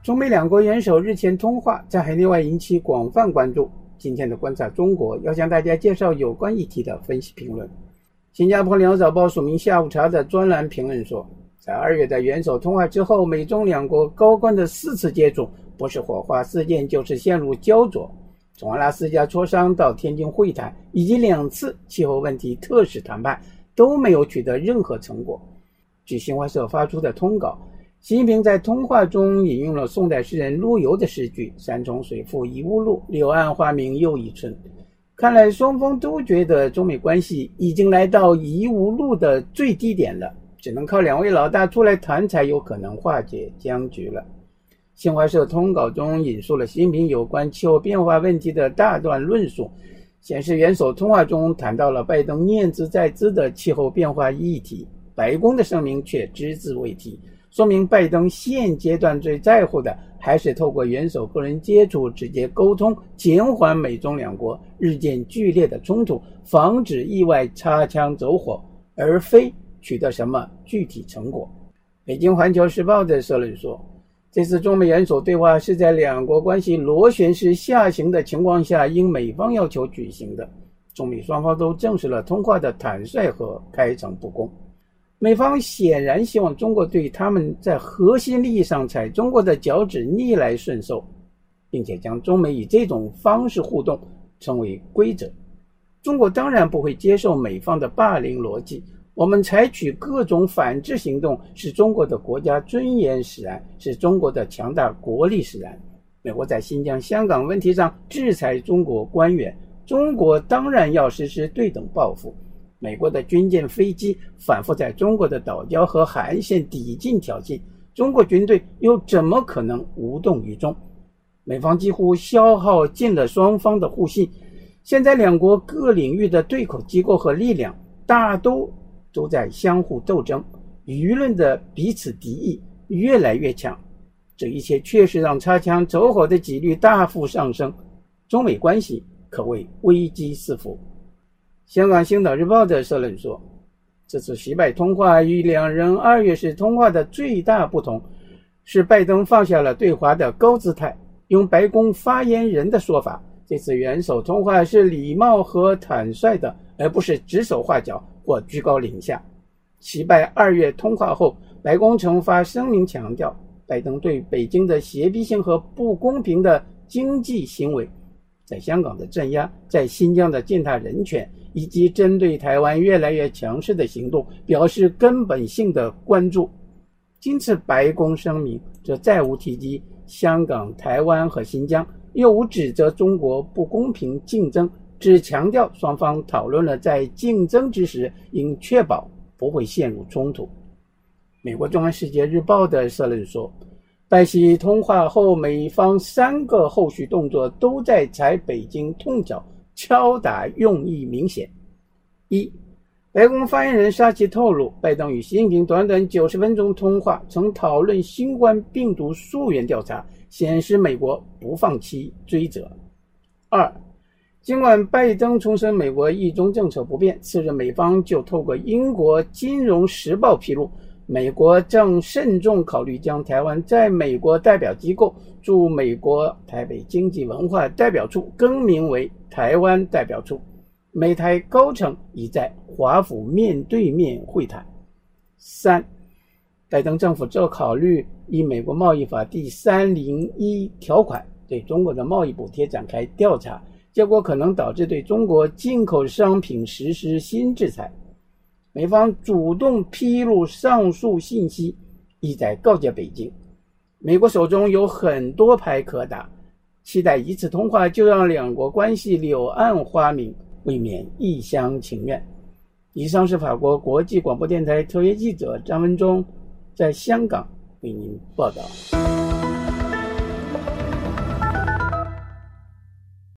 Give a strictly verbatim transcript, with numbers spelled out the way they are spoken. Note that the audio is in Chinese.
中美两国元首日前通话，在海内外引起广泛关注。今天的观察中国要向大家介绍有关议题的分析评论。新加坡联合早报署名下午茶的专栏评论说，在二月的元首通话之后，美中两国高官的四次接触，不是火花四溅就是陷入焦灼。从阿拉斯加磋商到天津会谈，以及两次气候问题特使谈判，都没有取得任何成果。据新华社发出的通稿，习近平在通话中引用了宋代诗人陆游的诗句：山重水复疑无路，柳暗花明又一村。看来双方都觉得中美关系已经来到疑无路的最低点了，只能靠两位老大出来谈才有可能化解僵局了。新华社通稿中引述了习近平有关气候变化问题的大段论述，显示元首通话中谈到了拜登念兹在兹的气候变化议题，白宫的声明却只字未提，说明拜登现阶段最在乎的还是透过元首个人接触直接沟通，减缓美中两国日渐剧烈的冲突，防止意外擦枪走火，而非取得什么具体成果。北京环球时报的社论说，这次中美元首对话是在两国关系螺旋式下行的情况下应美方要求举行的，中美双方都证实了通话的坦率和开诚布公。美方显然希望中国对他们在核心利益上踩中国的脚趾逆来顺受，并且将中美以这种方式互动成为规则。中国当然不会接受美方的霸凌逻辑，我们采取各种反制行动是中国的国家尊严使然，是中国的强大国力使然。美国在新疆、香港问题上制裁中国官员，中国当然要实施对等报复。美国的军舰飞机反复在中国的岛礁和海岸线抵近挑衅，中国军队又怎么可能无动于衷？美方几乎消耗尽了双方的互信，现在两国各领域的对口机构和力量大都都在相互斗争，舆论的彼此敌意越来越强，这一切确实让擦枪走火的几率大幅上升，中美关系可谓危机四伏。香港星岛日报的社论说，这次习拜通话与两人二月时通话的最大不同是拜登放下了对华的高姿态，用白宫发言人的说法，这次元首通话是礼貌和坦率的，而不是指手画脚或居高临下。习拜二月通话后，白宫曾发声明强调，拜登对北京的胁迫性和不公平的经济行为，在香港的镇压，在新疆的践踏人权，以及针对台湾越来越强势的行动表示根本性的关注。今次白宫声明则再无提及香港、台湾和新疆，又无指责中国不公平竞争，只强调双方讨论了在竞争之时应确保不会陷入冲突。美国中央世界日报的社论说，拜习通话后，美方三个后续动作都在踩北京痛脚，敲打用意明显。一，白宫发言人沙奇透露，拜登与习近平短短九十分钟通话，曾讨论新冠病毒溯源调查，显示美国不放弃追责。二，尽管拜登重申美国一中政策不变，次日美方就透过英国金融时报披露，美国正慎重考虑将台湾在美国代表机构驻美国台北经济文化代表处更名为台湾代表处，美台高层已在华府面对面会谈。三，拜登政府正考虑以美国贸易法第三零一条款对中国的贸易补贴展开调查，结果可能导致对中国进口商品实施新制裁。美方主动披露上述信息，意在告诫北京，美国手中有很多牌可打，期待一次通话就让两国关系柳暗花明，未免一厢情愿。以上是法国国际广播电台特约记者张文忠在香港为您报道。